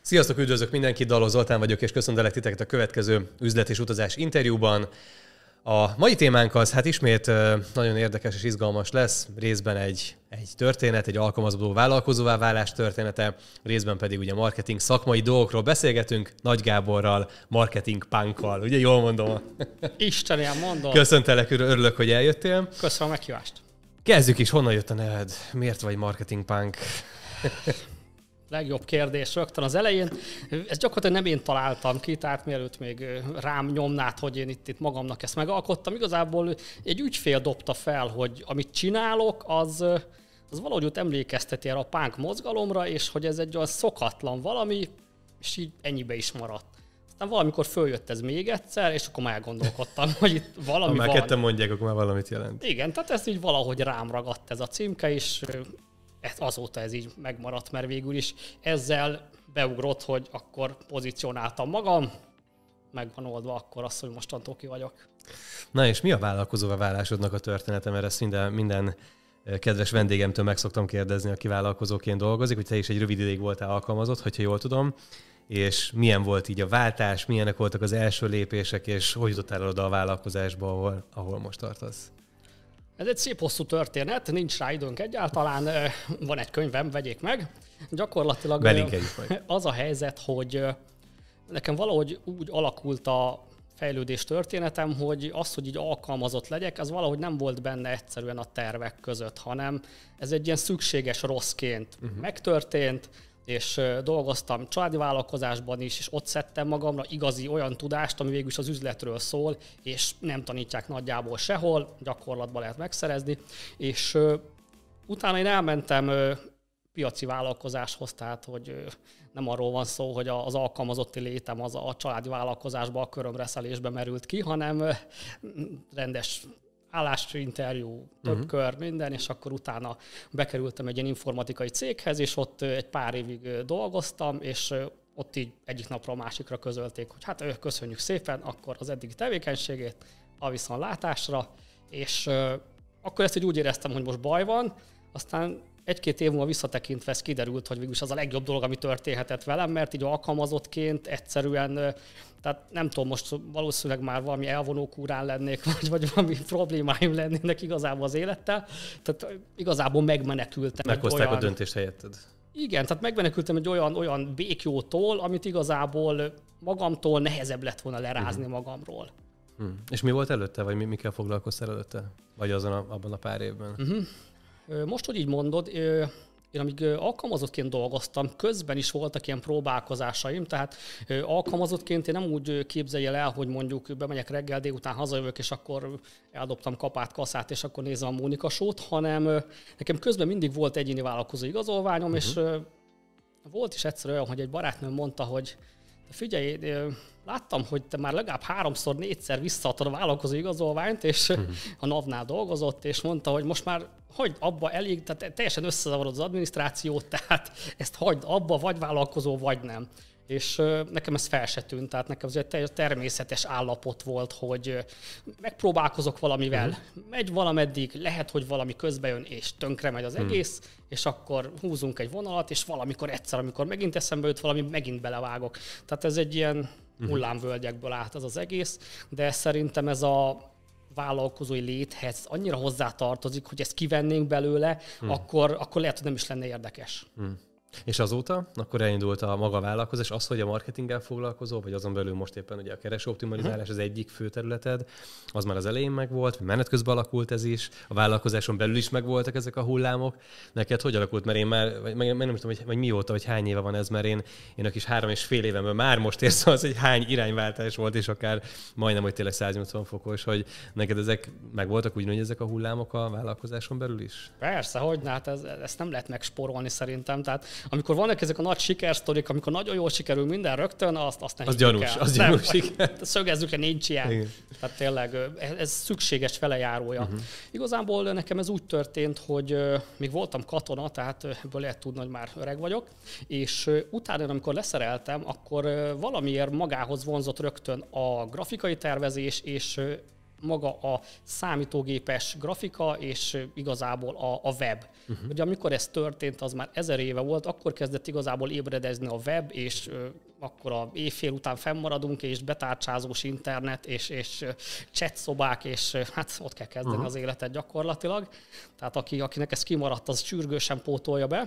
Sziasztok, üdvözlök mindenkit, Dalló Zoltán vagyok, és köszöntelek titeket a következő üzlet és utazás interjúban. A mai témánk az ismét nagyon érdekes és izgalmas lesz, részben egy történet, egy alkalmazódó vállalkozóvá válás története, részben pedig ugye marketing szakmai dolgokról beszélgetünk, Nagy Gáborral, marketing punkkal, ugye jól mondom? Istenem, mondom. Köszöntelek, örülök, hogy eljöttél. Köszönöm a meghívást. Kezdjük is, honnan jött a neved? Miért vagy marketing punk? Legjobb kérdés rögtön az elején. Ezt gyakorlatilag nem én találtam ki, tehát mielőtt még rám nyomnád, hogy én itt magamnak ezt megalkottam. Igazából egy ügyfél dobta fel, hogy amit csinálok, az valahogy ott emlékezteti erre a punk mozgalomra, és hogy ez egy olyan szokatlan valami, és így ennyibe is maradt. Aztán valamikor följött ez még egyszer, és akkor már elgondolkodtam, hogy itt valami van. Már ketten mondják, akkor már valamit jelent. Igen, tehát ez így valahogy rám ragadt ez a címke, és azóta ez így megmaradt, mert végül is ezzel beugrott, hogy akkor pozícionáltam magam, meg van oldva akkor azt, hogy mostantól ki vagyok. Na és mi a vállalkozóvá válásodnak a története? Mert ezt minden kedves vendégemtől meg szoktam kérdezni, aki vállalkozóként dolgozik, hogy te is egy rövid ideig voltál alkalmazott, hogyha jól tudom, és milyen volt így a váltás, milyenek voltak az első lépések, és hogy jutottál el oda a vállalkozásba, ahol most tartasz? Ez egy szép hosszú történet, nincs rá időnk egyáltalán, van egy könyvem, vegyék meg. Gyakorlatilag az a helyzet, hogy nekem valahogy úgy alakult a fejlődés történetem, hogy az, hogy így alkalmazott legyek, az valahogy nem volt benne egyszerűen a tervek között, hanem ez egy ilyen szükséges rosszként megtörtént, és dolgoztam családi vállalkozásban is, és ott szedtem magamra igazi olyan tudást, ami végül is az üzletről szól, és nem tanítják nagyjából sehol, gyakorlatban lehet megszerezni, és utána én elmentem piaci vállalkozáshoz, tehát hogy nem arról van szó, hogy az alkalmazotti létem az a családi vállalkozásban a körömreszelésbe merült ki, hanem rendes állásinterjú, több kör, minden, és akkor utána bekerültem egy ilyen informatikai céghez, és ott egy pár évig dolgoztam, és ott így egyik napról a másikra közölték, hogy köszönjük szépen akkor az eddigi tevékenységét, a viszontlátásra, és akkor ezt így úgy éreztem, hogy most baj van, aztán egy-két év múlva visszatekintve ez kiderült, hogy végülis az a legjobb dolog, ami történhetett velem, mert így alkalmazottként egyszerűen, tehát nem tudom, most valószínűleg már valami elvonó kúrán lennék, vagy valami problémáim lennének igazából az élettel. Tehát igazából megmenekültem. Meghozták a döntést helyetted. Igen, tehát megmenekültem egy olyan békjótól, amit igazából magamtól nehezebb lett volna lerázni magamról. És mi volt előtte, vagy mikkel foglalkoztál előtte? Vagy abban a pár évben? Most, hogy így mondod, én amíg alkalmazottként dolgoztam, közben is voltak ilyen próbálkozásaim, tehát alkalmazottként én nem úgy képzelje el, hogy mondjuk bemegyek reggel, délután hazajövök, és akkor eldobtam kapát, kaszát, és akkor nézem a Mónika Show-t, hanem nekem közben mindig volt egyéni vállalkozó igazolványom, és volt is egyszer olyan, hogy egy barátnőm mondta, hogy figyelj, láttam, hogy te már legalább 3-4-szer visszaadtad a vállalkozó igazolványt, és a NAV-nál dolgozott, és mondta, hogy most már hagyd abba elég, tehát teljesen összezavarod az adminisztrációt, tehát ezt hagyd abba, vagy vállalkozó, vagy nem. És nekem ez fel se tűnt, tehát nekem ez egy természetes állapot volt, hogy megpróbálkozok valamivel, megy valameddig, lehet, hogy valami közbe jön, és tönkre megy az egész, és akkor húzunk egy vonalat, és valamikor egyszer, amikor megint eszembe jut valami, megint belevágok. Tehát ez egy ilyen hullámvölgyekből állt az egész, de szerintem ez a vállalkozói léthez annyira hozzátartozik, hogy ezt kivennénk belőle, akkor lehet, hogy nem is lenne érdekes. És azóta akkor elindult a maga vállalkozás, az, hogy a marketinggel foglalkozó, vagy azon belül most éppen ugye a keresőoptimalizálás az egyik fő területed, az már az elején megvolt, menet közben alakult ez is, a vállalkozáson belül is megvoltak ezek a hullámok. Neked hogy alakult? Mert én már nem tudom, hogy mióta, vagy hány éve van ez, mert én a kis 3,5 évemben már most érsz az, hogy hány irányváltás volt, és akár majdnem, hogy tényleg 180 fokos, hogy neked ezek megvoltak úgy, hogy ezek a hullámok a vállalkozáson belül is? Persze, hogy hát ezt nem lehet megspórolni szerintem. Tehát amikor vannak ezek a nagy sikersztorik, amikor nagyon jól sikerül minden rögtön, azt nem gyanús, az gyanús, igen. Szögezzük le, nincs ilyen. Igen. Tehát tényleg ez szükséges velejárója. Igazából nekem ez úgy történt, hogy még voltam katona, tehát ebből lehet tudni, hogy már öreg vagyok, és utána, amikor leszereltem, akkor valamiért magához vonzott rögtön a grafikai tervezés, és maga a számítógépes grafika, és igazából a web. Ugye amikor ez történt, az már 1000 éve volt, akkor kezdett igazából ébredezni a web, és akkor a éjfél után fennmaradunk, és betárcsázós internet, és chatszobák, és hát ott kell kezdeni az életet gyakorlatilag. Tehát akinek ez kimaradt, az sürgősen pótolja be.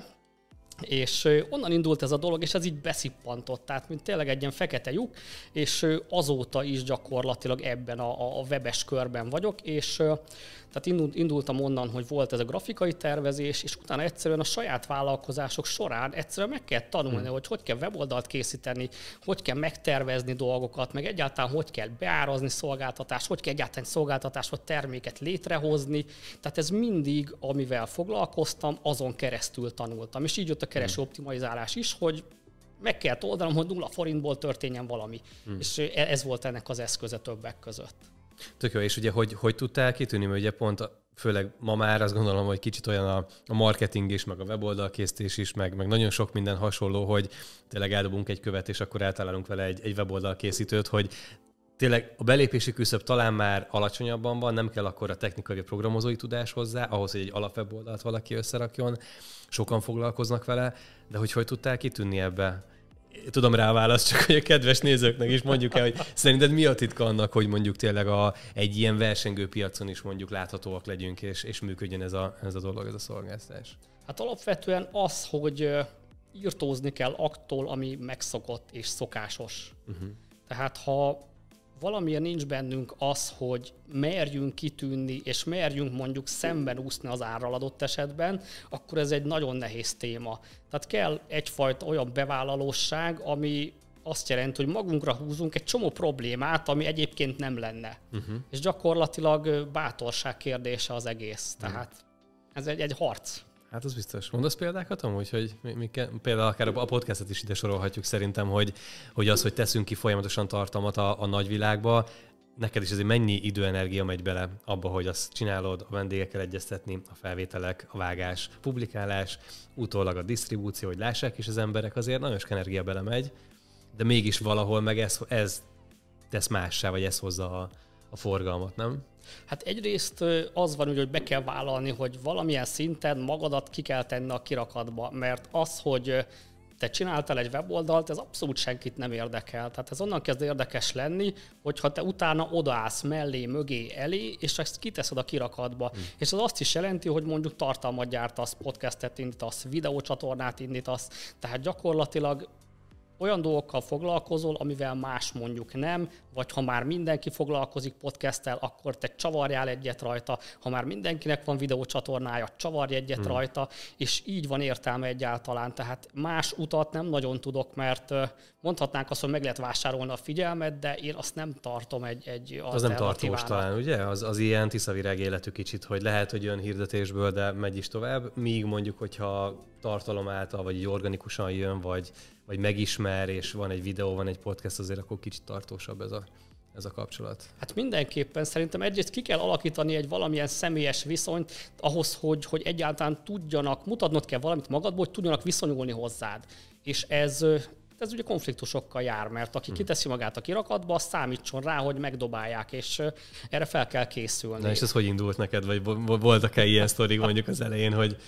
És onnan indult ez a dolog, és ez így beszippantott, tehát mint tényleg egy ilyen fekete lyuk, és azóta is gyakorlatilag ebben a webes körben vagyok, és tehát indultam onnan, hogy volt ez a grafikai tervezés, és utána egyszerűen a saját vállalkozások során egyszerűen meg kell tanulni, hogy kell weboldalt készíteni, hogy kell megtervezni dolgokat, meg egyáltalán hogy kell beárazni szolgáltatást, hogy kell egyáltalán szolgáltatást vagy terméket létrehozni. Tehát ez mindig, amivel foglalkoztam, azon keresztül tanultam. És így jött a kereső optimalizálás is, hogy meg kell oldanom, hogy 0 forintból történjen valami. És ez volt ennek az eszköze többek között. Tök jó, és ugye hogy tudtál kitűnni, mert ugye pont főleg ma már azt gondolom, hogy kicsit olyan a marketing is, meg a weboldalkészítés is, meg nagyon sok minden hasonló, hogy tényleg eldobunk egy követ, és akkor eltalálunk vele egy weboldalkészítőt, hogy tényleg a belépési küszöb talán már alacsonyabban van, nem kell akkor a technikai programozói tudás hozzá, ahhoz, hogy egy alapweboldalt valaki összerakjon, sokan foglalkoznak vele, de hogy tudtál kitűnni ebbe? Tudom rá a választ, csak hogy a kedves nézőknek is mondjuk el, hogy szerinted mi a titka annak, hogy mondjuk tényleg egy ilyen versengő piacon is mondjuk láthatóak legyünk, és működjön ez a dolog, ez a szolgáltatás? Hát alapvetően az, hogy írtózni kell attól, ami megszokott és szokásos. Tehát ha valamilyen nincs bennünk az, hogy merjünk kitűnni, és merjünk mondjuk szemben úszni az árral adott esetben, akkor ez egy nagyon nehéz téma. Tehát kell egyfajta olyan bevállalósság, ami azt jelenti, hogy magunkra húzunk egy csomó problémát, ami egyébként nem lenne. És gyakorlatilag bátorság kérdése az egész. Tehát ez egy harc. Hát az biztos. Mondasz példákat amúgy, hogy például akár a podcastet is ide sorolhatjuk szerintem, hogy az, hogy teszünk ki folyamatosan tartalmat a nagyvilágba, neked is azért mennyi időenergia megy bele abba, hogy azt csinálod, a vendégekkel egyeztetni, a felvételek, a vágás, publikálás, utólag a disztribúció, hogy lássák is az emberek, azért nagyon sok energia belemegy, de mégis valahol meg ez tesz mássá, vagy ez hozza a forgalmat, nem? Hát egyrészt az van, hogy be kell vállalni, hogy valamilyen szinten magadat ki kell tenni a kirakatba, mert az, hogy te csináltál egy weboldalt, ez abszolút senkit nem érdekel. Tehát ez onnan kezd érdekes lenni, hogyha te utána odaállsz mellé, mögé, elé, és ezt kiteszed a kirakatba. És az azt is jelenti, hogy mondjuk tartalmat gyártasz, podcastet indítasz, videócsatornát indítasz, tehát gyakorlatilag olyan dolgokkal foglalkozol, amivel más mondjuk nem, vagy ha már mindenki foglalkozik podcasttel, akkor te csavarjál egyet rajta, ha már mindenkinek van videócsatornája, csavarj egyet rajta, és így van értelme egyáltalán. Tehát más utat nem nagyon tudok, mert mondhatnánk azt, hogy meg lehet vásárolni a figyelmet, de én azt nem tartom egy az nem tartós talán, ugye? Az ilyen tiszavirág életű kicsit, hogy lehet, hogy jön hirdetésből, de megy is tovább, míg mondjuk, hogyha tartalom által, vagy így organikusan jön, vagy megismer, és van egy videó, van egy podcast, azért akkor kicsit tartósabb ez a kapcsolat. Hát mindenképpen szerintem egyrészt ki kell alakítani egy valamilyen személyes viszonyt ahhoz, hogy egyáltalán tudjanak, mutatnod kell valamit magadból, hogy tudjanak viszonyulni hozzád. És ez ugye konfliktusokkal jár, mert aki kiteszi magát a kirakatba, az számítson rá, hogy megdobálják, és erre fel kell készülni. Na és ez hogy indult neked, vagy voltak-e ilyen sztorik mondjuk az elején, hogy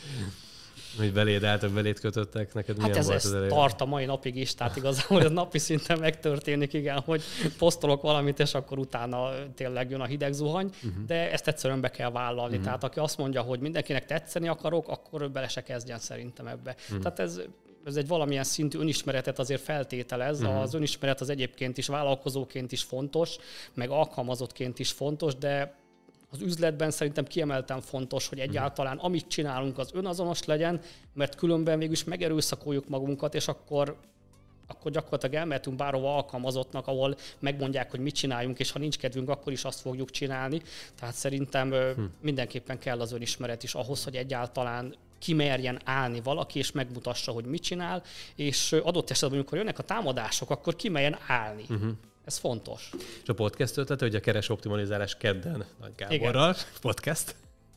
beléd álltak, beléd kötöttek, neked milyen hát volt ez az elején? Tart a mai napig is, tehát igazából ez napi szinten megtörténik, igen, hogy posztolok valamit, és akkor utána tényleg jön a hideg zuhany, de ezt egyszerűen be kell vállalni. Tehát aki azt mondja, hogy mindenkinek tetszeni akarok, akkor bele se kezdjen szerintem ebbe. Tehát ez egy valamilyen szintű önismeretet azért feltételez. Az önismeret az egyébként is vállalkozóként is fontos, meg alkalmazottként is fontos, de az üzletben szerintem kiemelten fontos, hogy egyáltalán amit csinálunk, az önazonos legyen, mert különben végül is megerőszakoljuk magunkat, és akkor gyakorlatilag elmehetünk bárhova alkalmazottnak, ahol megmondják, hogy mit csináljunk, és ha nincs kedvünk, akkor is azt fogjuk csinálni. Tehát szerintem mindenképpen kell az önismeret is ahhoz, hogy egyáltalán kimerjen állni valaki, és megmutassa, hogy mit csinál, és adott esetben, amikor jönnek a támadások, akkor kimerjen állni. Ez fontos. És a podcast ötlete, ugye a kereső optimalizálás kedden Nagy Gáborral, podcast.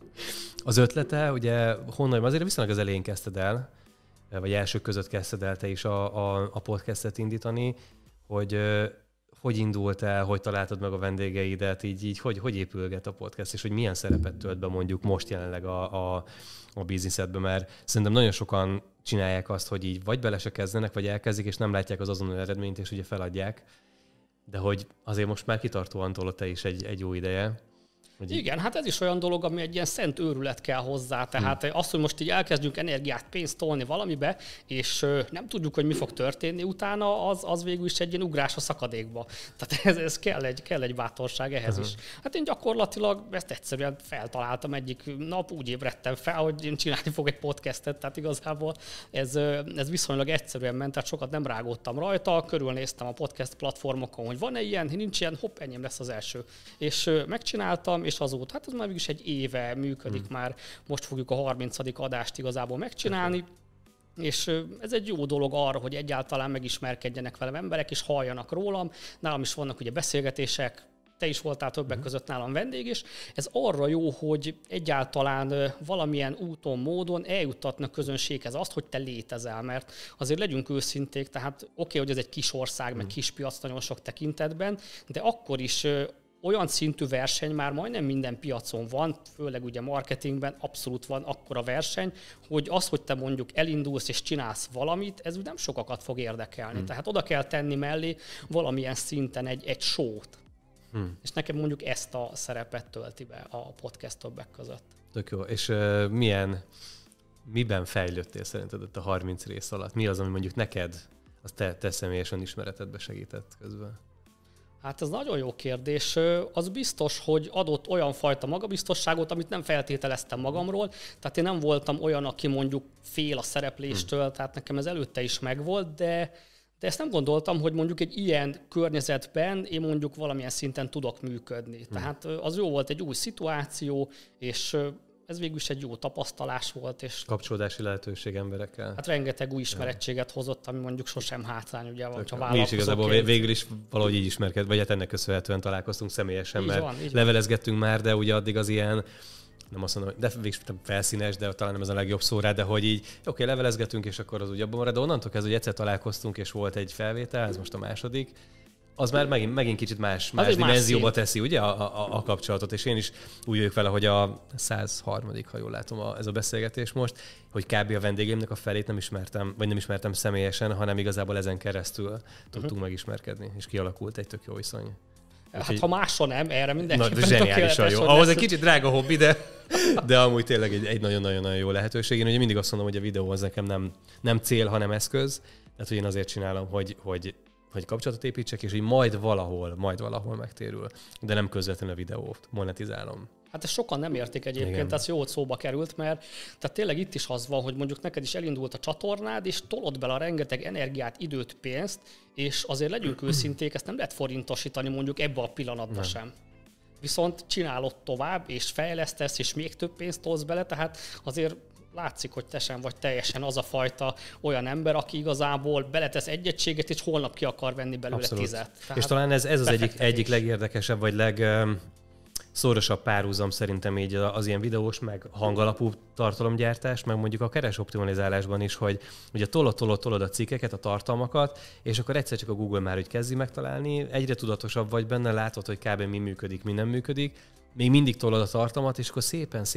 Az ötlete, ugye honnan, azért viszonylag az elején kezdted el, vagy elsők között kezdted el te is a podcastet indítani, hogy hogy indult el, hogy találtad meg a vendégeidet, így hogy épülget a podcast, és hogy milyen szerepet tölt be mondjuk most jelenleg a bizniszedbe, mert szerintem nagyon sokan csinálják azt, hogy így vagy bele se kezdenek, vagy elkezdik, és nem látják az azonnal eredményt, és ugye feladják. De hogy azért most már kitartóan tolod te is egy jó ideje. Igen, hát ez is olyan dolog, ami egy ilyen szent őrület kell hozzá. Tehát azt, hogy most így elkezdjünk energiát, pénzt tolni valamibe, és nem tudjuk, hogy mi fog történni utána, az végül is egy ilyen ugrás a szakadékba. Tehát ez kell egy bátorság ehhez is. Hát én gyakorlatilag ezt egyszerűen feltaláltam egyik nap, úgy ébredtem fel, hogy én csinálni fog egy podcastet, tehát igazából ez viszonylag egyszerűen ment, tehát sokat nem rágódtam rajta, körülnéztem a podcast platformokon, hogy van-e ilyen, nincs ilyen, hopp, enyém lesz az első. És megcsináltam, és azóta, hát az már mégis egy éve működik már, most fogjuk a 30. adást igazából megcsinálni, és ez egy jó dolog arra, hogy egyáltalán megismerkedjenek velem emberek, és halljanak rólam. Nálam is vannak ugye beszélgetések, te is voltál többek között nálam vendég, és ez arra jó, hogy egyáltalán valamilyen úton, módon eljuttatnak közönséghez azt, hogy te létezel, mert azért legyünk őszinték, tehát oké, hogy ez egy kis ország, meg kis piac nagyon sok tekintetben, de akkor is olyan szintű verseny már majdnem minden piacon van, főleg ugye marketingben abszolút van akkora verseny, hogy az, hogy te mondjuk elindulsz és csinálsz valamit, ez nem sokakat fog érdekelni. Tehát oda kell tenni mellé valamilyen szinten egy show-t. És nekem mondjuk ezt a szerepet tölti be a podcast többek között. Tök jó. És miben fejlődtél szerinted a 30 rész alatt? Mi az, ami mondjuk neked, az te személyesen ismeretedbe segített közben? Hát ez nagyon jó kérdés. Az biztos, hogy adott olyan fajta magabiztosságot, amit nem feltételeztem magamról. Tehát én nem voltam olyan, aki mondjuk fél a szerepléstől, tehát nekem ez előtte is megvolt, de ezt nem gondoltam, hogy mondjuk egy ilyen környezetben én mondjuk valamilyen szinten tudok működni. Tehát az jó volt, egy új szituáció, és ez végül is egy jó tapasztalás volt. És kapcsolódási lehetőség emberekkel. Hát rengeteg új ismerettséget hozott, ami mondjuk sosem hátrány, ugye, ha vállalkozóként. Mi is igazából végül is valahogy így ismerkedve, vagy hát ennek köszönhetően találkoztunk személyesen, mert levelezgettünk már, de ugye addig az ilyen, nem azt mondom, de végül felszínes, de talán nem ez a legjobb szó rá, de hogy így, oké, levelezgetünk, és akkor az úgy abban marad, de onnantól kezdve, hogy egyszer találkoztunk, és volt egy felvétel, ez most a második, az már megint kicsit más dimenzióba teszi, ugye, a kapcsolatot, és én is úgy vagyok vele, hogy a 103. ha jól látom ez a beszélgetés most, hogy kb. A vendégeimnek a felét nem ismertem személyesen, hanem igazából ezen keresztül tudtunk megismerkedni, és kialakult egy tök jó viszony. Hát ha másra nem, erre mindenképpen zseniálisan jó. Ahhoz egy kicsit drága hobbi, de amúgy tényleg egy nagyon-nagyon jó lehetőség. Én ugye mindig azt mondom, hogy a videó az nekem nem cél, hanem eszköz. Tehát, hogy én azért csinálom, hogy kapcsolatot építsek, és hogy majd valahol megtérül. De nem közvetlenül a videót monetizálom. Hát ezt sokan nem értik egyébként, ez jó, hogy szóba került, mert tehát tényleg itt is az van, hogy mondjuk neked is elindult a csatornád, és tolod bele a rengeteg energiát, időt, pénzt, és azért legyünk őszinték, ezt nem lehet forintosítani mondjuk ebbe a pillanatban sem. Viszont csinálod tovább, és fejlesztesz, és még több pénzt tolsz bele, tehát azért látszik, hogy te sem vagy teljesen az a fajta olyan ember, aki igazából beletesz egy egységet, és holnap ki akar venni belőle 10. És talán ez az egyik legérdekesebb, vagy legszorosabb párhuzam szerintem így az ilyen videós, meg hangalapú tartalomgyártás, meg mondjuk a keresőoptimalizálásban is, hogy ugye tolod a cikkeket, a tartalmakat, és akkor egyszer csak a Google már úgy kezdi megtalálni, egyre tudatosabb vagy benne, látod, hogy kb. Mi működik, mi nem működik, még mindig tolod a tartalmat, és akkor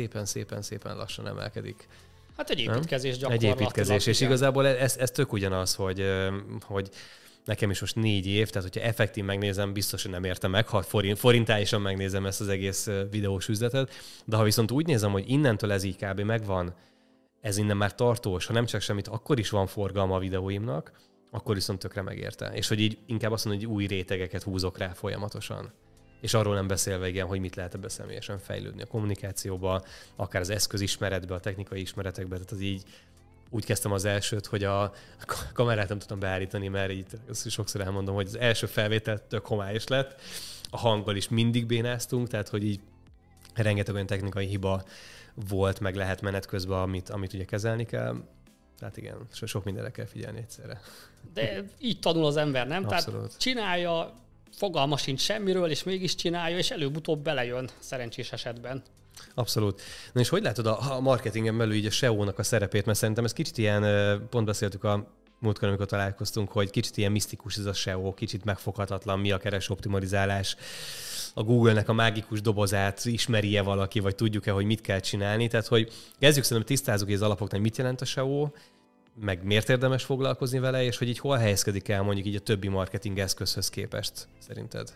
szépen lassan emelkedik. Hát egy építkezés gyakorlatilag. Egy építkezés, és igazából ez tök ugyanaz, hogy nekem is most 4 év, tehát hogyha effektív megnézem, biztos, hogy nem értem meg, ha forintálisan megnézem ezt az egész videós üzletet, de ha viszont úgy nézem, hogy innentől ez így kb. Megvan, ez innen már tartós, ha nem csak semmit, akkor is van forgalma a videóimnak, akkor viszont tökre megérte. És hogy így inkább azt mondom, hogy új rétegeket húzok rá folyamatosan. És arról nem beszélve, igen, hogy mit lehet ebbe személyesen fejlődni a kommunikációba, akár az eszközismeretbe, a technikai ismeretekbe. Tehát az így úgy kezdtem az elsőt, hogy a kamerát nem tudtam beállítani, mert így sokszor elmondom, hogy az első felvétel tök homályos lett. A hanggal is mindig bénáztunk, tehát hogy így rengeteg olyan technikai hiba volt, meg lehet menet közben, amit ugye kezelni kell. Tehát igen, sok mindenre kell figyelni egyszerre. De így tanul az ember, nem? Abszolút. Tehát csinálja, fogalma sincs semmiről, és mégis csinálja, és előbb-utóbb belejön szerencsés esetben. Abszolút. Na és hogy látod a marketingen belül így a SEO-nak a szerepét? Mert szerintem ez kicsit ilyen, pont beszéltük a múltkor, amikor találkoztunk, hogy kicsit ilyen misztikus ez a SEO, kicsit megfoghatatlan, mi a keresőoptimalizálás. A Google-nek a mágikus dobozát ismeri-e valaki, vagy tudjuk-e, hogy mit kell csinálni. Tehát, hogy kezdjük szerintem tisztázzuk, hogy az alapoknak mit jelent a SEO, meg miért érdemes foglalkozni vele, és hogy így hol helyezkedik el mondjuk így a többi marketing eszközhöz képest, szerinted?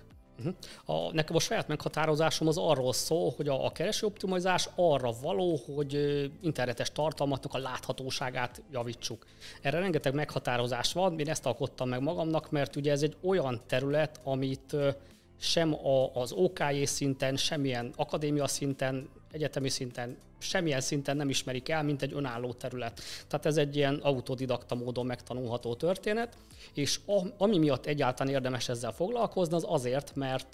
Nekem a saját meghatározásom az arról szól, hogy a keresőoptimalizás arra való, hogy internetes tartalmaknak a láthatóságát javítsuk. Erre rengeteg meghatározás van, én ezt alkottam meg magamnak, mert ugye ez egy olyan terület, amit sem az OKJ szinten, semmilyen akadémia szinten, egyetemi szinten, semmilyen szinten nem ismerik el, mint egy önálló terület. Tehát ez egy ilyen autodidakta módon megtanulható történet, és ami miatt egyáltalán érdemes ezzel foglalkozni, az azért, mert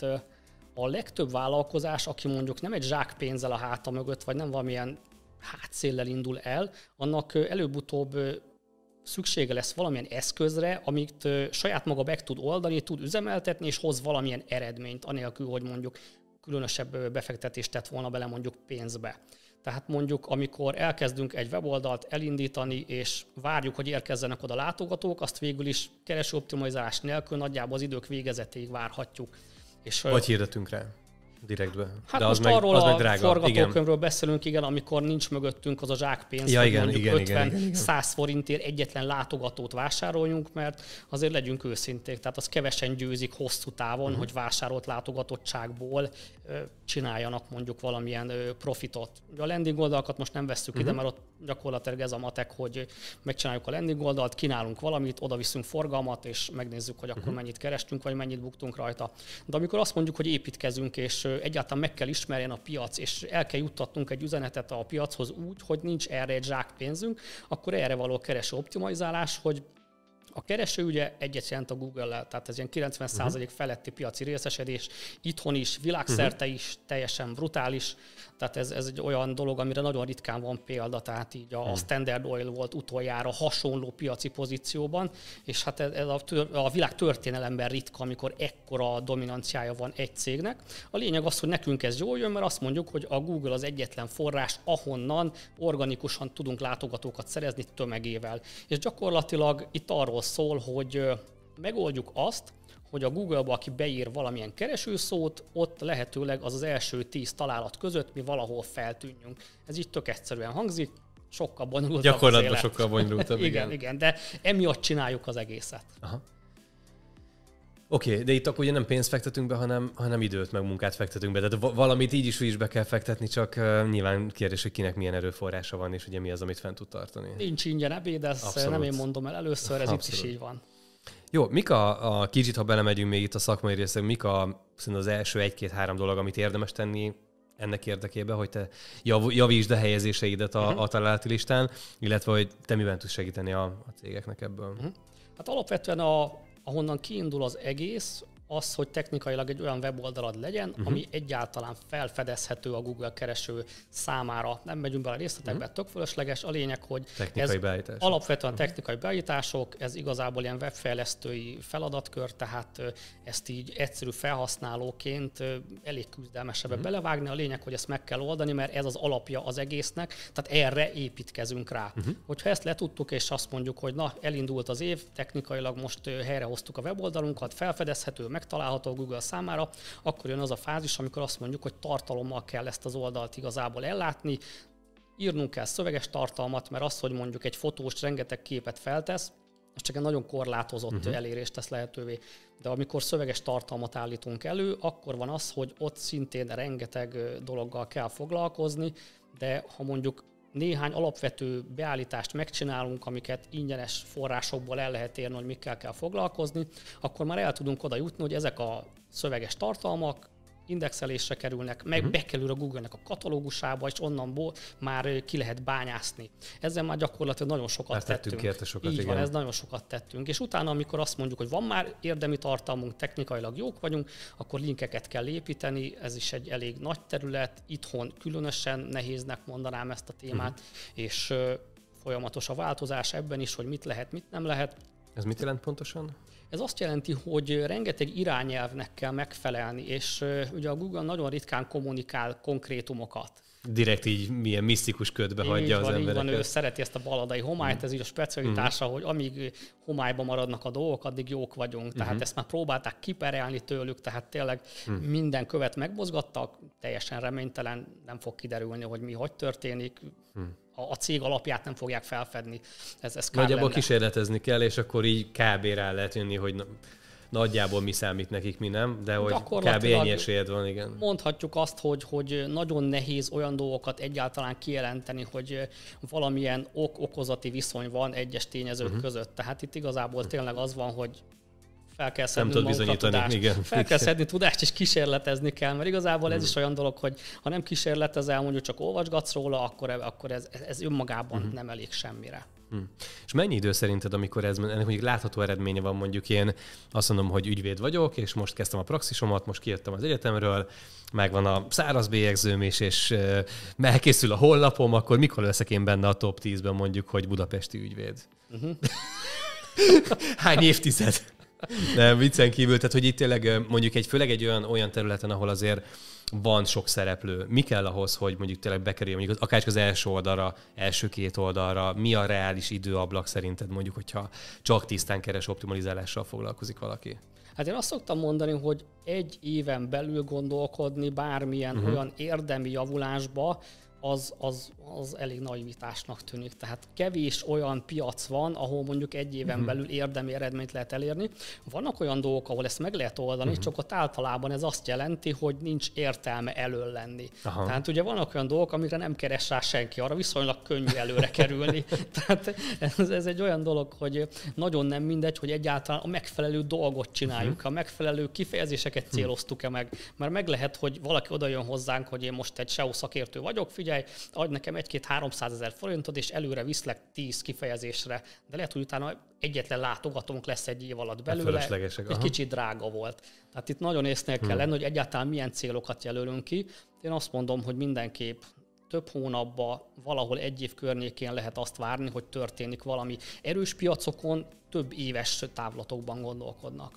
a legtöbb vállalkozás, aki mondjuk nem egy zsákpénzzel a háta mögött, vagy nem valamilyen hátszéllel indul el, annak előbb-utóbb szüksége lesz valamilyen eszközre, amit saját maga meg tud oldani, tud üzemeltetni, és hoz valamilyen eredményt, anélkül, hogy mondjuk különösebb befektetést tett volna bele mondjuk pénzbe. Tehát mondjuk, amikor elkezdünk egy weboldalt elindítani, és várjuk, hogy érkezzenek oda látogatók, azt végül is keresőoptimalizálás nélkül nagyjából az idők végezetéig várhatjuk. És vagy hirdetünk rá direktbe. Hát de most az arról az a forgatókönyvről beszélünk, igen, amikor nincs mögöttünk az a zsákpénz, ja, hogy igen, mondjuk igen, 50-100 forintért egyetlen látogatót vásároljunk, mert azért legyünk őszinték, tehát az kevesen győzik hosszú távon, hogy vásárolt látogatottságból csináljanak mondjuk valamilyen profitot. A landing oldalakat most nem vesszük ide, mert ott gyakorlatilag ez a matek, hogy megcsináljuk a landing oldalt, kínálunk valamit, oda viszünk forgalmat, és megnézzük, hogy akkor mennyit kerestünk, vagy mennyit buktunk rajta. De amikor azt mondjuk, hogy építkezünk, és egyáltalán meg kell ismerjen a piac, és el kell juttatnunk egy üzenetet a piachoz úgy, hogy nincs erre egy zsákpénzünk, akkor erre való kereső optimalizálás, hogy a kereső ugye egyet jelent a Google-lel, tehát ez ilyen 90% feletti piaci részesedés, itthon is, világszerte is teljesen brutális, tehát ez egy olyan dolog, amire nagyon ritkán van példa, tehát így a Standard Oil volt utoljára hasonló piaci pozícióban, és hát ez a világ történelemben ritka, amikor ekkora dominanciája van egy cégnek. A lényeg az, hogy nekünk ez jól jön, mert azt mondjuk, hogy a Google az egyetlen forrás, ahonnan organikusan tudunk látogatókat szerezni tömegével. És gyakorlatilag itt arról szól, hogy megoldjuk azt, hogy a Google-ba, aki beír valamilyen keresőszót, ott lehetőleg az első 10 találat között mi valahol feltűnjünk. Ez így tök egyszerűen hangzik, sokkal bonyolultabb. Gyakorlatban sokkal bonyolultabb, igen, de emiatt csináljuk az egészet. Oké, de itt akkor ugye nem pénzt fektetünk be, hanem időt, meg munkát fektetünk be. Tehát valamit így is be kell fektetni, csak nyilván kérdés, hogy kinek milyen erőforrása van, és ugye mi az, amit fent tud tartani. Nincs ingyen ebéd, ezt nem én mondom el először, ez itt is így van. Jó, mik a kicsit, ha belemegyünk még itt a szakmai részre, mik az első 1-2-3 dolog, amit érdemes tenni ennek érdekében, hogy te javítsd a helyezéseidet a találati listán, illetve hogy te miben tudsz segíteni a cégeknek ebből? Hát alapvetően ahonnan kiindul az egész, az, hogy technikailag egy olyan weboldalad legyen, ami egyáltalán felfedezhető a Google kereső számára. Nem megyünk bele a részletekbe, tök fölösleges. A lényeg, hogy technikai beállítások. Alapvetően technikai beállítások, ez igazából ilyen webfejlesztői feladatkör, tehát ezt így egyszerű felhasználóként elég küzdelmes ebbe belevágni. A lényeg, hogy ezt meg kell oldani, mert ez az alapja az egésznek, tehát erre építkezünk rá. Hogyha ezt letudtuk, és azt mondjuk, hogy na, elindult az év, technikailag most helyrehoztuk a weboldalunkat, felfedezhető, megtalálható a Google számára, akkor jön az a fázis, amikor azt mondjuk, hogy tartalommal kell ezt az oldalt igazából ellátni, írnunk kell szöveges tartalmat, mert az, hogy mondjuk egy fotós rengeteg képet feltesz, az csak egy nagyon korlátozott elérést tesz lehetővé. De amikor szöveges tartalmat állítunk elő, akkor van az, hogy ott szintén rengeteg dologgal kell foglalkozni, de ha mondjuk néhány alapvető beállítást megcsinálunk, amiket ingyenes forrásokból el lehet érni, hogy mikkel kell foglalkozni, akkor már el tudunk oda jutni, hogy ezek a szöveges tartalmak indexelésre kerülnek, meg bekerül a Google-nek a katalógusába, és onnanból már ki lehet bányászni. Ezzel már gyakorlatilag nagyon sokat tettünk. Érte sokat, így igen. van, ez nagyon sokat tettünk. És utána, amikor azt mondjuk, hogy van már érdemi tartalmunk, technikailag jók vagyunk, akkor linkeket kell építeni, ez is egy elég nagy terület, itthon különösen nehéznek mondanám ezt a témát, és folyamatos a változás ebben is, hogy mit lehet, mit nem lehet. Ez mit jelent pontosan? Ez azt jelenti, hogy rengeteg irányelvnek kell megfelelni, és ugye a Google nagyon ritkán kommunikál konkrétumokat. Direkt így milyen misztikus ködbe hagyja az embereket. Így van, ő szereti ezt a baladai homályt, ez így a specialitása, hogy amíg homályban maradnak a dolgok, addig jók vagyunk. Tehát ezt már próbálták kiperelni tőlük, tehát tényleg minden követ megmozgattak, teljesen reménytelen, nem fog kiderülni, hogy mi hogy történik. A cég alapját nem fogják felfedni. Ez nagyjából kísérletezni kell, és akkor így kb. Rá lehet jönni, hogy nagyjából mi számít nekik, mi nem, de hogy kb. Ennyi esélyed van, igen. Mondhatjuk azt, hogy nagyon nehéz olyan dolgokat egyáltalán kijelenteni, hogy valamilyen ok-okozati viszony van egyes tényezők között. Tehát itt igazából tényleg az van, hogy fel kell szedni magunkat tudást. Igen. Fel kell szedni tudást, és kísérletezni kell, mert igazából ez is olyan dolog, hogy ha nem kísérletezel, mondjuk csak olvasgatsz róla, akkor ez önmagában nem elég semmire. És mennyi idő szerinted, amikor ennek mondjuk látható eredménye van, mondjuk én azt mondom, hogy ügyvéd vagyok, és most kezdtem a praxisomat, most kijöttem az egyetemről, megvan a száraz bélyegzőm is, és elkészül a honlapom, akkor mikor leszek én benne a top 10-ben mondjuk, hogy budapesti ügyvéd? Hány évtized? Nem, viccen kívül, tehát hogy itt tényleg mondjuk főleg egy olyan területen, ahol azért van sok szereplő. Mi kell ahhoz, hogy mondjuk tényleg bekerüljön, mondjuk akár az első oldalra, első 2 oldalra, mi a reális időablak szerinted mondjuk, hogyha csak tisztán keres optimalizálással foglalkozik valaki? Hát én azt szoktam mondani, hogy 1 éven belül gondolkodni bármilyen olyan érdemi javulásba, az elég naivitásnak tűnik. Tehát kevés olyan piac van, ahol mondjuk 1 éven belül érdemi eredményt lehet elérni. Vannak olyan dolgok, ahol ezt meg lehet oldani, csak ott általában ez azt jelenti, hogy nincs értelme elől lenni. Aha. Tehát ugye vannak olyan dolgok, amire nem keres rá senki, arra viszonylag könnyű előre kerülni. Tehát ez egy olyan dolog, hogy nagyon nem mindegy, hogy egyáltalán a megfelelő dolgot csináljuk, a megfelelő kifejezéseket céloztuk-e meg. Mert meg lehet, hogy valaki oda jön hozzánk, hogy én most egy SEO szakértő vagyok, figyelj, adj nekem 1-2-300 ezer forintot, és előre viszlek 10 kifejezésre. De lehet, hogy utána egyetlen látogatónk lesz 1 év alatt belőle. Egy kicsit drága volt. Tehát itt nagyon észnél kell lenni, hogy egyáltalán milyen célokat jelölünk ki. Én azt mondom, hogy mindenképp több hónapban, valahol 1 év környékén lehet azt várni, hogy történik valami. Erős piacokon több éves távlatokban gondolkodnak.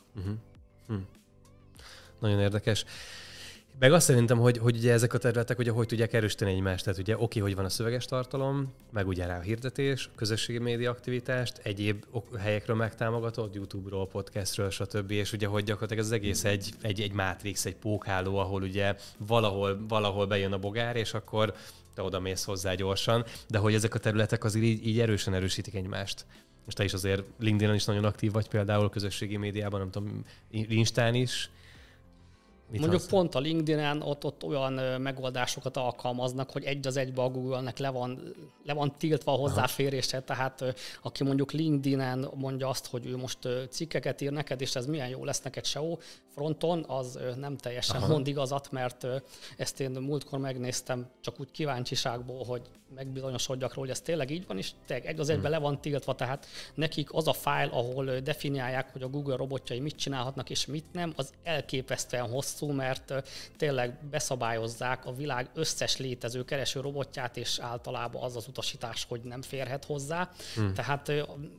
Nagyon érdekes. Meg azt szerintem, hogy ugye ezek a területek ugye hogy tudják erősíteni egymást. Tehát ugye oké, hogy van a szöveges tartalom, meg ugye rá a hirdetés, közösségi média aktivitást, egyéb helyekről megtámogatott, YouTube-ról, podcastről, stb. És ugye hogy gyakorlatilag ez az egész egy mátrix, egy pókháló, ahol ugye valahol bejön a bogár, és akkor te oda mész hozzá gyorsan, de hogy ezek a területek azért így erősen erősítik egymást. Most te is azért LinkedIn-en is nagyon aktív vagy például, közösségi médiában, nem tudom, Instán is. Mondjuk pont a LinkedIn-en ott olyan megoldásokat alkalmaznak, hogy 1 az 1-be a Google-nek le van tiltva a hozzáférése, tehát aki mondjuk LinkedIn-en mondja azt, hogy ő most cikkeket ír neked, és ez milyen jó lesz neked SEO fronton, az nem teljesen mond igazat, mert ezt én múltkor megnéztem csak úgy kíváncsiságból, hogy megbizonyosodjak róla, hogy ez tényleg így van, és tényleg 1 az 1-be le van tiltva, tehát nekik az a fájl, ahol definiálják, hogy a Google robotjai mit csinálhatnak és mit nem, az elképesztően hosszú, mert tényleg beszabályozzák a világ összes létező kereső robotját, és általában az az utasítás, hogy nem férhet hozzá. Tehát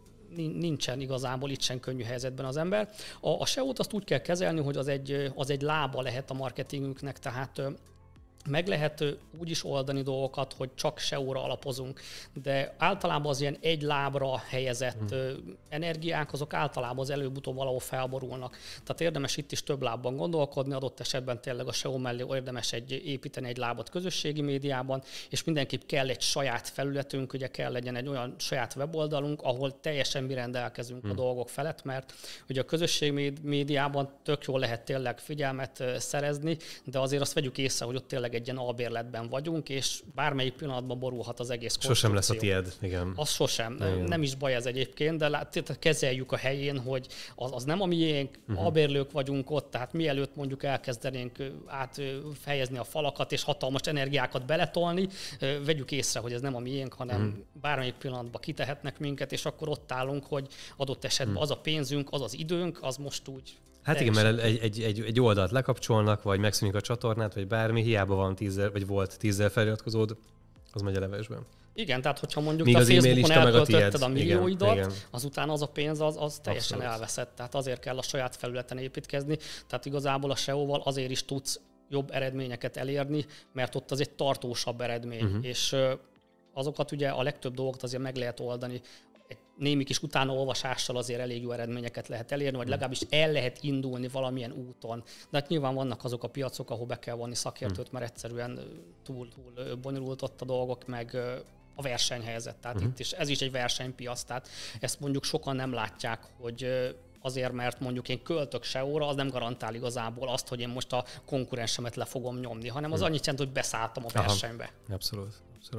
nincsen igazából itt sem könnyű helyzetben az ember. A SEO-t azt úgy kell kezelni, hogy az egy lába lehet a marketingünknek, tehát meg lehet úgy is oldani dolgokat, hogy csak SEO-ra alapozunk, de általában az ilyen 1 lábra helyezett energiák, azok általában az előbb-utóbb valahol felborulnak. Tehát érdemes itt is több lábban gondolkodni, adott esetben tényleg a SEO mellé érdemes építeni egy lábat közösségi médiában, és mindenképp kell egy saját felületünk, ugye kell legyen egy olyan saját weboldalunk, ahol teljesen mi rendelkezünk a dolgok felett, mert ugye a közösségi médiában tök jól lehet tényleg figyelmet szerezni, de azért azt vegyük észre, hogy ott tényleg egy ilyen albérletben vagyunk, és bármelyik pillanatban borulhat az egész konstrukció. Sosem lesz a tiéd, igen. Az sosem. Igen. Nem is baj ez egyébként, de kezeljük a helyén, hogy az nem a miénk, albérlők vagyunk ott, tehát mielőtt mondjuk elkezdenénk átfejezni a falakat, és hatalmas energiákat beletolni, vegyük észre, hogy ez nem a miénk, hanem bármelyik pillanatban kitehetnek minket, és akkor ott állunk, hogy adott esetben az a pénzünk, az az időnk, az most úgy. Hát igen, mert egy oldalt lekapcsolnak, vagy megszűnik a csatornát, vagy bármi, hiába van 10 000, vagy volt 10 000 feliratkozód, az megy a levesben. Igen, tehát hogyha mondjuk a Facebookon elköltötted a millióidat, igen. Azután az a pénz az teljesen elveszett. Tehát azért kell a saját felületen építkezni. Tehát igazából a SEO-val azért is tudsz jobb eredményeket elérni, mert ott az egy tartósabb eredmény. És azokat ugye a legtöbb dolgot azért meg lehet oldani. Egy némi kis utánaolvasással azért elég jó eredményeket lehet elérni, vagy legalábbis el lehet indulni valamilyen úton. De hát nyilván vannak azok a piacok, ahol be kell vonni szakértőt, mert egyszerűen túl bonyolult ott a dolgok, meg a versenyhelyzet. Tehát itt is, ez is egy versenypiac, tehát ezt mondjuk sokan nem látják, hogy azért, mert mondjuk én költök SEO-ra, az nem garantál igazából azt, hogy én most a konkurensemet le fogom nyomni, hanem az annyit jelent, hogy beszálltam a versenybe. Abszolút.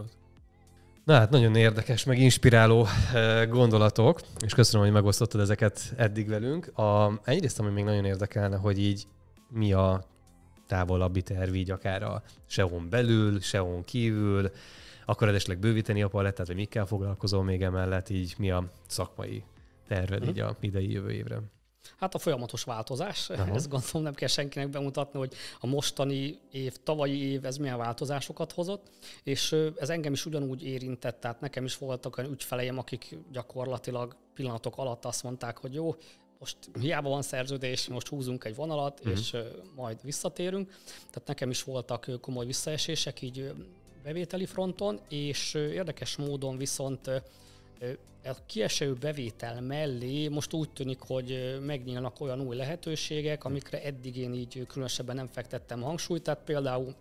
Na hát nagyon érdekes, meg inspiráló gondolatok, és köszönöm, hogy megosztottad ezeket eddig velünk. Egyrészt, ami még nagyon érdekelne, hogy így mi a távolabbi terv, így akár a SEO-n belül, SEO-n kívül, akarod esetleg bővíteni a palettát, vagy mikkel foglalkozol még emellett, így mi a szakmai terved így a idei jövő évre? Hát a folyamatos változás, ezt gondolom nem kell senkinek bemutatni, hogy a mostani év, tavalyi év ez milyen változásokat hozott, és ez engem is ugyanúgy érintett, tehát nekem is voltak olyan ügyfeleim, akik gyakorlatilag pillanatok alatt azt mondták, hogy jó, most hiába van szerződés, most húzunk egy vonalat, és majd visszatérünk. Tehát nekem is voltak komoly visszaesések így bevételi fronton, és érdekes módon viszont a kieső bevétel mellé most úgy tűnik, hogy megnyílnak olyan új lehetőségek, amikre eddig én így különösebben nem fektettem hangsúlyt. Tehát például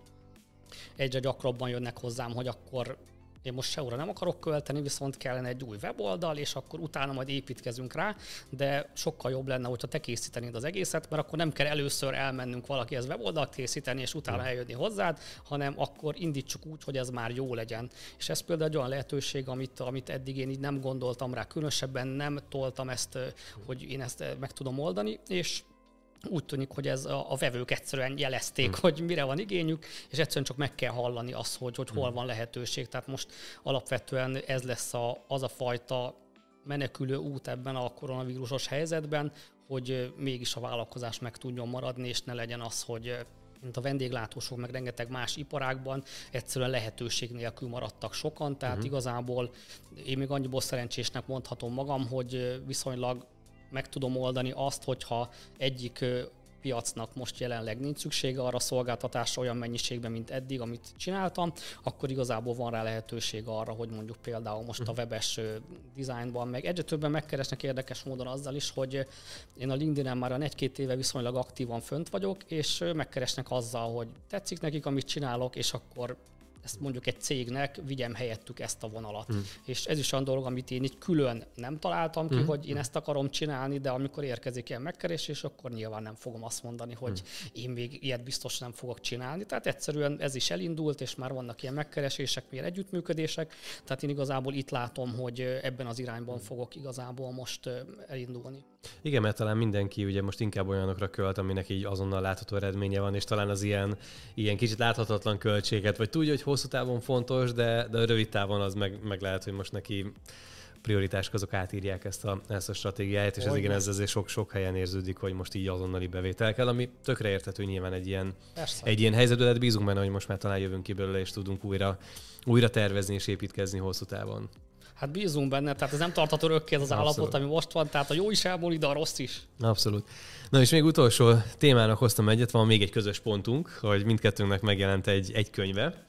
egyre gyakrabban jönnek hozzám, hogy akkor én most SEO-ra nem akarok költeni, viszont kellene egy új weboldal, és akkor utána majd építkezünk rá, de sokkal jobb lenne, hogyha te készítenéd az egészet, mert akkor nem kell először elmennünk valakihez weboldalt készíteni, és utána eljönni hozzád, hanem akkor indítsuk úgy, hogy ez már jó legyen. És ez például egy olyan lehetőség, amit eddig én így nem gondoltam rá, különösebben nem toltam ezt, hogy én ezt meg tudom oldani, és úgy tűnik, hogy ez a vevők egyszerűen jelezték, hogy mire van igényük, és egyszerűen csak meg kell hallani azt, hogy hol van lehetőség. Tehát most alapvetően ez lesz az a fajta menekülő út ebben a koronavírusos helyzetben, hogy mégis a vállalkozás meg tudjon maradni, és ne legyen az, hogy mint a vendéglátósok, meg rengeteg más iparágban egyszerűen lehetőség nélkül maradtak sokan. Tehát igazából én még annyiból szerencsésnek mondhatom magam, hogy viszonylag meg tudom oldani azt, hogyha egyik piacnak most jelenleg nincs szüksége arra a szolgáltatásra olyan mennyiségben, mint eddig, amit csináltam, akkor igazából van rá lehetőség arra, hogy mondjuk például most a webes dizájnban, meg egyre többen megkeresnek érdekes módon azzal is, hogy én a LinkedIn-en már 1-2 éve viszonylag aktívan fönt vagyok, és megkeresnek azzal, hogy tetszik nekik, amit csinálok, és akkor ezt mondjuk egy cégnek vigyem helyettük ezt a vonalat. És ez is olyan dolog, amit én így külön nem találtam ki, hogy én ezt akarom csinálni, de amikor érkezik ilyen megkeresés, akkor nyilván nem fogom azt mondani, hogy én még ilyet biztos nem fogok csinálni. Tehát egyszerűen ez is elindult, és már vannak ilyen megkeresések, milyen együttműködések. Tehát én igazából itt látom, hogy ebben az irányban fogok igazából most elindulni. Igen, mert talán mindenki ugye most inkább olyanokra költ, aminek így azonnal látható eredménye van, és talán az ilyen kicsit láthatatlan költséget, vagy tudja, hogy hosszú távon fontos, de rövid távon az meg lehet, hogy most neki prioritások azok átírják ezt a stratégiáját, és ez azért sok helyen érződik, hogy most így azonnali bevétel kell, ami tökre érthető nyilván egy ilyen helyzetben, de bízunk benne, hogy most már talán jövünk ki belőle, és tudunk újra tervezni és építkezni hosszú távon. Hát bízunk benne, tehát ez nem tartható örökké az állapot, ami most van, tehát a jó is elmúlik, de a rossz is. Abszolút. Na és még utolsó témának hoztam egyet, van még egy közös pontunk, hogy mindkettőnknek megjelent egy könyve,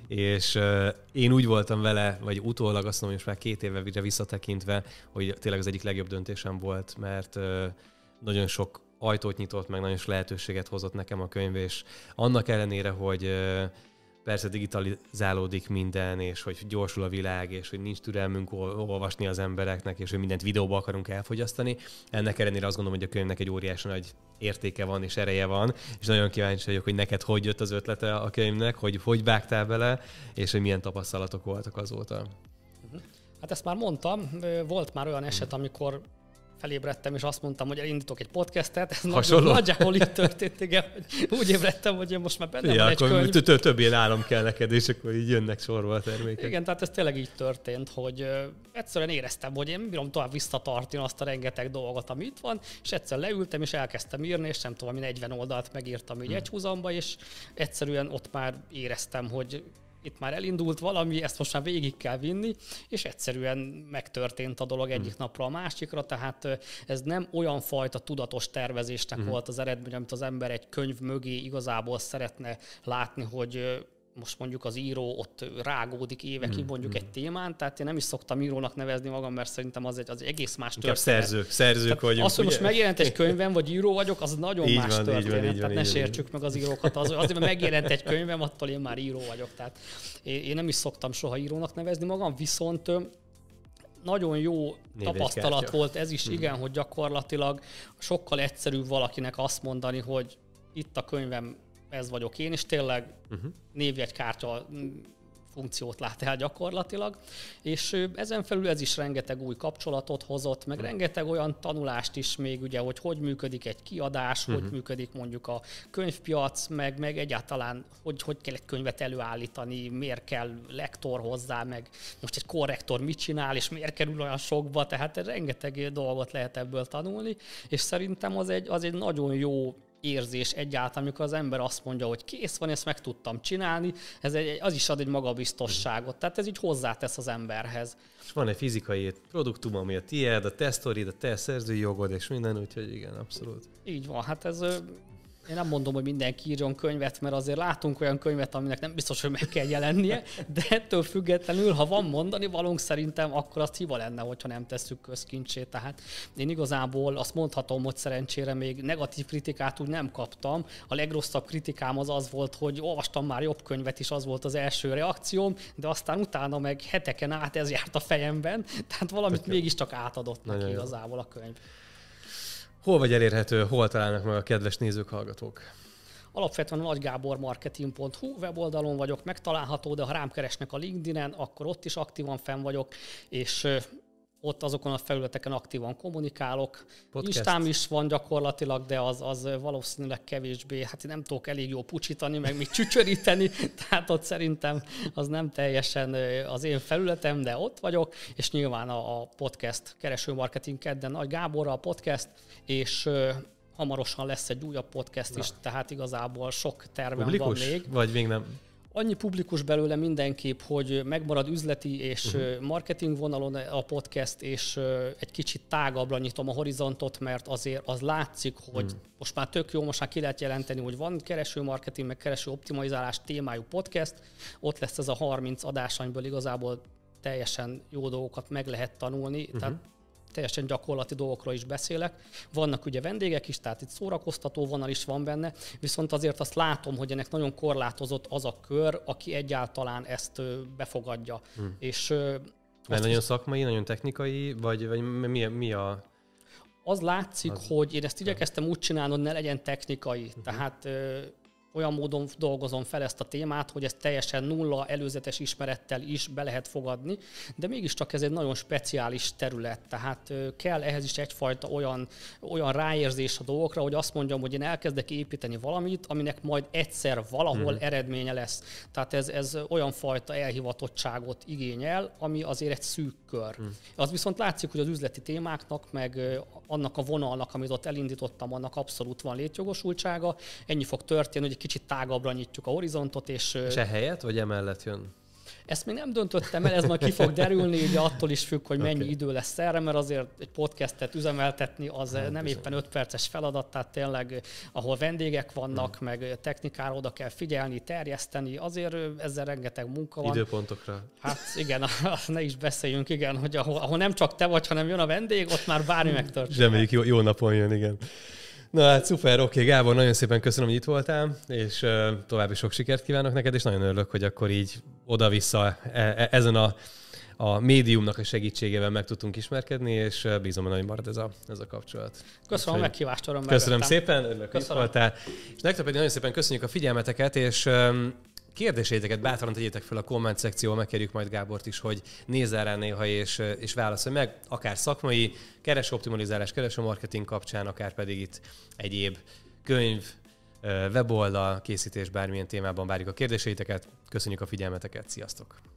és én úgy voltam vele, vagy utólag azt mondom, hogy most már 2 éve visszatekintve, hogy tényleg az egyik legjobb döntésem volt, mert nagyon sok ajtót nyitott, meg nagyon sok lehetőséget hozott nekem a könyv, és annak ellenére, hogy persze digitalizálódik minden, és hogy gyorsul a világ, és hogy nincs türelmünk olvasni az embereknek, és hogy mindent videóba akarunk elfogyasztani. Ennek ellenére azt gondolom, hogy a könyvnek egy óriási nagy értéke van, és ereje van, és nagyon kíváncsi vagyok, hogy neked hogy jött az ötlete a könyvnek, hogy vágtál bele, és hogy milyen tapasztalatok voltak azóta. Hát ezt már mondtam, volt már olyan eset, amikor felébredtem, és azt mondtam, hogy elindítok egy podcastet. Ez nagyjából így történt, igen, hogy úgy ébredtem, hogy én most már benne van egy könyv. Több ilyen állam kell neked, és akkor így jönnek sorba a termékek. Igen, tehát ez tényleg így történt, hogy egyszerűen éreztem, hogy én bírom tovább visszatartani azt a rengeteg dolgot, ami itt van, és egyszer leültem, és elkezdtem írni, és nem tudom, 40 oldalt megírtam így egy húzamba, és egyszerűen ott már éreztem, hogy itt már elindult valami, ezt most már végig kell vinni, és egyszerűen megtörtént a dolog egyik napról a másikra, tehát ez nem olyan fajta tudatos tervezésnek volt az eredmény, amit az ember egy könyv mögé igazából szeretne látni, hogy most mondjuk az író ott rágódik évekig mondjuk egy témán, tehát én nem is szoktam írónak nevezni magam, mert szerintem az egy egész más történet. Szerzők vagyunk. Az, hogy most megjelent egy könyvem, vagy író vagyok, az nagyon más történet. Tehát ne sértsük meg az írókat. Azért, mert megjelent egy könyvem, attól én már író vagyok. Tehát én nem is szoktam soha írónak nevezni magam, viszont nagyon jó tapasztalat volt ez is, igen, hogy gyakorlatilag sokkal egyszerűbb valakinek azt mondani, hogy itt a könyvem, ez vagyok én, és tényleg névjegykártya funkciót lát el gyakorlatilag, és ezen felül ez is rengeteg új kapcsolatot hozott, meg rengeteg olyan tanulást is még, ugye, hogy működik egy kiadás, hogy működik mondjuk a könyvpiac, meg egyáltalán, hogy kell egy könyvet előállítani, miért kell lektor hozzá, meg most egy korrektor mit csinál, és miért kerül olyan sokba, tehát rengeteg dolgot lehet ebből tanulni, és szerintem az egy nagyon jó érzés egyáltalán, amikor az ember azt mondja, hogy kész van, ezt meg tudtam csinálni, az is ad egy magabiztosságot, tehát ez így hozzátesz az emberhez. És van egy fizikai produktum, ami a tiéd, a te sztorid, a te szerzői jogod, és minden, úgyhogy igen, abszolút. Így van, hát ez... Én nem mondom, hogy mindenki írjon könyvet, mert azért látunk olyan könyvet, aminek nem biztos, hogy meg kell jelennie, de ettől függetlenül, ha van mondani valónk, szerintem akkor azt hiba lenne, hogyha nem tesszük közkincsé. Tehát én igazából azt mondhatom, hogy szerencsére még negatív kritikát úgy nem kaptam. A legrosszabb kritikám az volt, hogy olvastam már jobb könyvet is, az volt az első reakcióm, de aztán utána meg heteken át ez járt a fejemben, tehát valamit mégiscsak átadott neki igazából a könyv. Hol vagy elérhető, hol találnak meg a kedves nézők, hallgatók? Alapvetően a nagygábormarketing.hu weboldalon vagyok, megtalálható, de ha rám keresnek a LinkedIn-en, akkor ott is aktívan fenn vagyok, és ott azokon a felületeken aktívan kommunikálok. Instám is van gyakorlatilag, de az valószínűleg kevésbé, hát én nem tudok elég jól pucsítani, meg még csücsöríteni, tehát ott szerintem az nem teljesen az én felületem, de ott vagyok, és nyilván a podcast Keresőmarketing kedden Nagy Gáborral a podcast, és hamarosan lesz egy újabb podcast is, tehát igazából sok tervem van még. Vagy még nem? Annyi publikus belőle mindenképp, hogy megmarad üzleti és marketing vonalon a podcast, és egy kicsit tágabbra nyitom a horizontot, mert azért az látszik, hogy most már tök jó, most már ki lehet jelenteni, hogy van keresőmarketing, meg keresőoptimalizálás témájú podcast, ott lesz ez a 30 adás, amiből igazából teljesen jó dolgokat meg lehet tanulni, tehát teljesen gyakorlati dolgokról is beszélek. Vannak ugye vendégek is, tehát itt szórakoztató vonal is van benne, viszont azért azt látom, hogy ennek nagyon korlátozott az a kör, aki egyáltalán ezt befogadja. És, mert nagyon szakmai, nagyon technikai, vagy mi a... Az látszik, hogy én ezt igyekeztem úgy csinálni, hogy ne legyen technikai. Tehát olyan módon dolgozom fel ezt a témát, hogy ezt teljesen nulla előzetes ismerettel is be lehet fogadni, de mégiscsak ez egy nagyon speciális terület, tehát kell ehhez is egyfajta olyan ráérzés a dolgokra, hogy azt mondjam, hogy én elkezdek építeni valamit, aminek majd egyszer valahol eredménye lesz. Tehát ez olyan fajta elhivatottságot igényel, ami azért egy szűk kör. Az viszont látszik, hogy az üzleti témáknak, meg annak a vonalnak, amit ott elindítottam, annak abszolút van létjogosultsága. Ennyi fog történni, hogy egy kicsit tágabbra nyitjuk a horizontot. És ehelyett, vagy emellett jön? Ezt még nem döntöttem el, ez majd ki fog derülni, ugye attól is függ, hogy mennyi idő lesz erre, mert azért egy podcastet üzemeltetni az nem éppen 5 perces feladat, tehát tényleg, ahol vendégek vannak, meg technikára oda kell figyelni, terjeszteni, azért ezzel rengeteg munka van. Időpontokra. Hát igen, ne is beszéljünk, igen, hogy ahol nem csak te vagy, hanem jön a vendég, ott már bármi megtörténik. Reméljük jó napon jön, igen. Na hát szuper, oké, Gábor, nagyon szépen köszönöm, hogy itt voltál, és további sok sikert kívánok neked, és nagyon örülök, hogy akkor így oda-vissza ezen a médiumnak a segítségével meg tudtunk ismerkedni, és bízom, hogy marad ez a kapcsolat. Köszönöm a meghívást, örömmel köszönöm szépen, örülök, hogy itt voltál. És nektek pedig nagyon szépen köszönjük a figyelmeteket, és kérdéseiteket bátran tegyétek fel a komment szekcióba, megkérjük majd Gábort is, hogy nézzel rá néha és válaszolj meg, akár szakmai, keresőoptimalizálás, keresőmarketing kapcsán, akár pedig itt egyéb könyv, weboldal, készítés, bármilyen témában várjuk a kérdéseiteket. Köszönjük a figyelmeteket, sziasztok!